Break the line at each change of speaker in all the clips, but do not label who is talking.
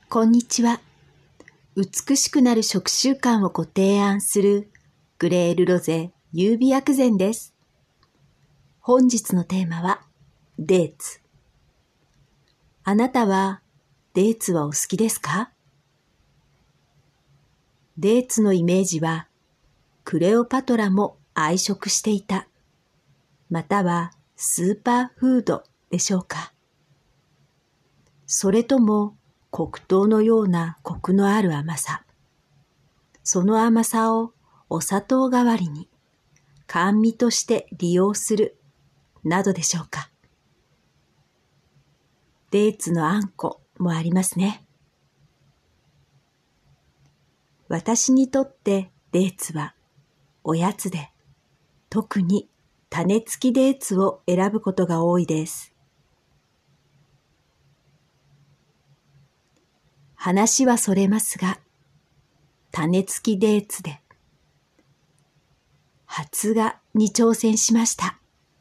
こんにちは。美しくなる食習慣をご提案するグレールロゼ優美薬膳です。本日のテーマはデーツ。あなたはデーツはお好きですか？デーツのイメージはクレオパトラも愛食していた、またはスーパーフードでしょうか。それとも黒糖のようなコクのある甘さ。その甘さをお砂糖代わりに甘味として利用するなどでしょうか。デーツのあんこもありますね。私にとってデーツはおやつで、特に種付きデーツを選ぶことが多いです。話はそれますが、種付きデーツで発芽に挑戦しました。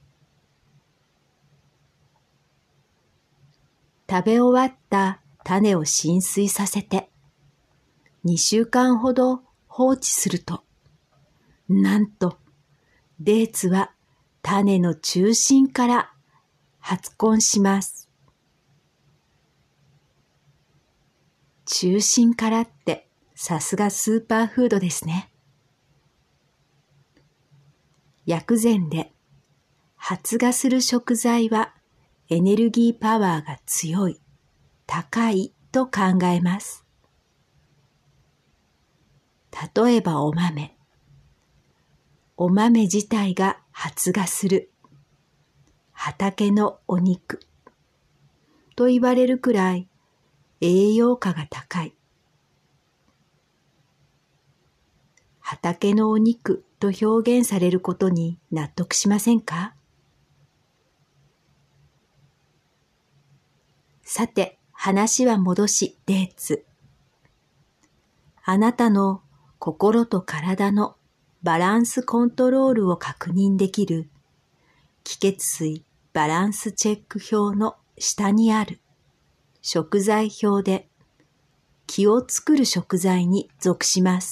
食べ終わった種を浸水させて2週間ほど放置すると、なんとデーツは種の中心から発根します。中心からってさすがスーパーフードですね。薬膳で発芽する食材はエネルギーパワーが強い、高いと考えます。例えばお豆。お豆自体が発芽する畑のお肉と言われるくらい栄養価が高い。畑のお肉と表現されることに納得しませんか？さて、話は戻しデーツ。あなたの心と体のバランスコントロールを確認できる気血水バランスチェック表の下にある食材表で気を作る食材に属します。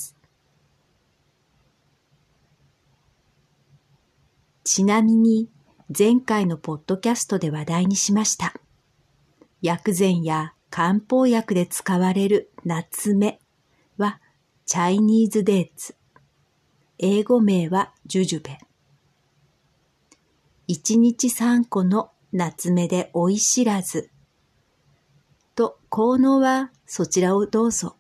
ちなみに前回のポッドキャストで話題にしました。薬膳や漢方薬で使われるナツメはチャイニーズデーツ。英語名はジュジュベ。1日3個のナツメで追い知らず。と効能はそちらをどうぞ。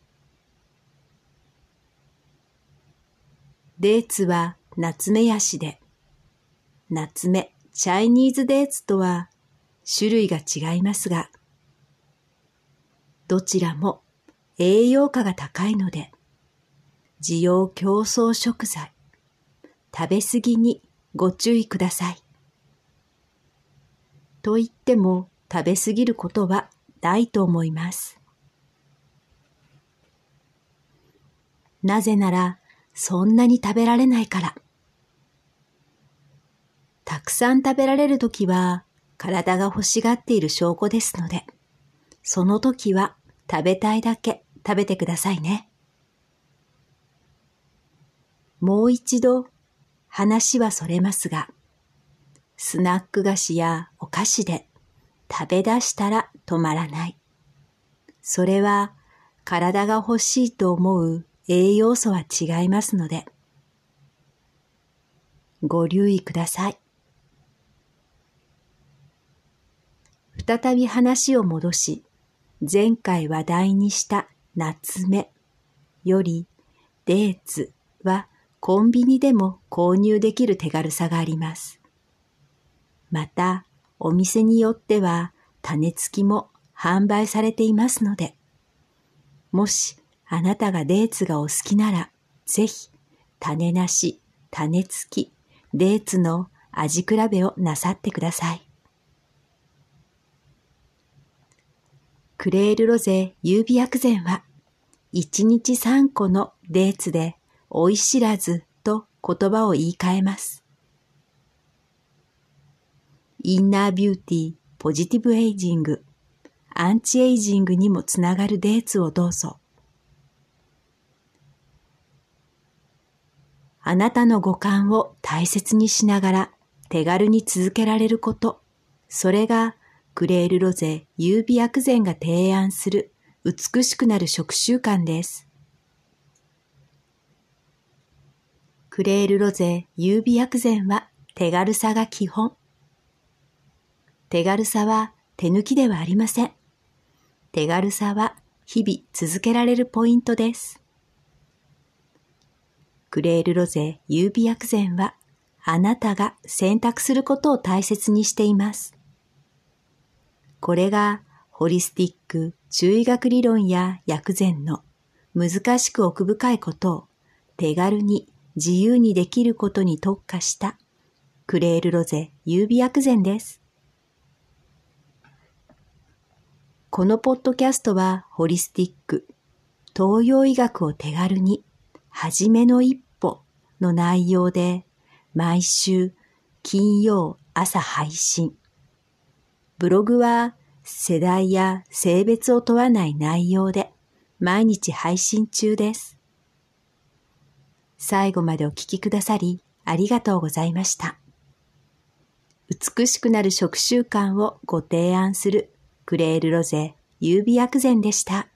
デーツはナツメヤシで、ナツメ、チャイニーズデーツとは種類が違いますが、どちらも栄養価が高いので、滋養強壮食材、食べ過ぎにご注意ください。と言っても食べ過ぎることはないと思います。なぜなら、そんなに食べられないから。たくさん食べられるときは体が欲しがっている証拠ですので、その時は食べたいだけ食べてくださいね。もう一度話はそれますが、スナック菓子やお菓子で食べ出したら止まらない。それは体が欲しいと思う栄養素は違いますので、ご留意ください。再び話を戻し、前回話題にしたナツメよりデーツはコンビニでも購入できる手軽さがあります。また、お店によっては種付きも販売されていますので、もしあなたがデーツがお好きなら、ぜひ種なし、種付き、デーツの味比べをなさってください。クレールロゼ優美薬膳は、1日3個のデーツで追い知らずと言葉を言い換えます。インナービューティー、ポジティブエイジング、 アンチエイジングにもつながるデーツをどうぞ。あなたの五感を大切にしながら手軽に続けられること、それがクレールロゼ優美薬膳が提案する美しくなる食習慣です。クレールロゼ優美薬膳は手軽さが基本。手軽さは手抜きではありません。手軽さは日々続けられるポイントです。クレールロゼ優美薬膳はあなたが選択することを大切にしています。これがホリスティック中医学理論や薬膳の難しく奥深いことを手軽に自由にできることに特化したクレールロゼ優美薬膳です。このポッドキャストはホリスティック東洋医学を手軽にはじめの一歩の内容で毎週金曜朝配信。ブログは世代や性別を問わない内容で毎日配信中です。最後までお聞きくださりありがとうございました。美しくなる食習慣をご提案するクレールロゼ優美薬膳でした。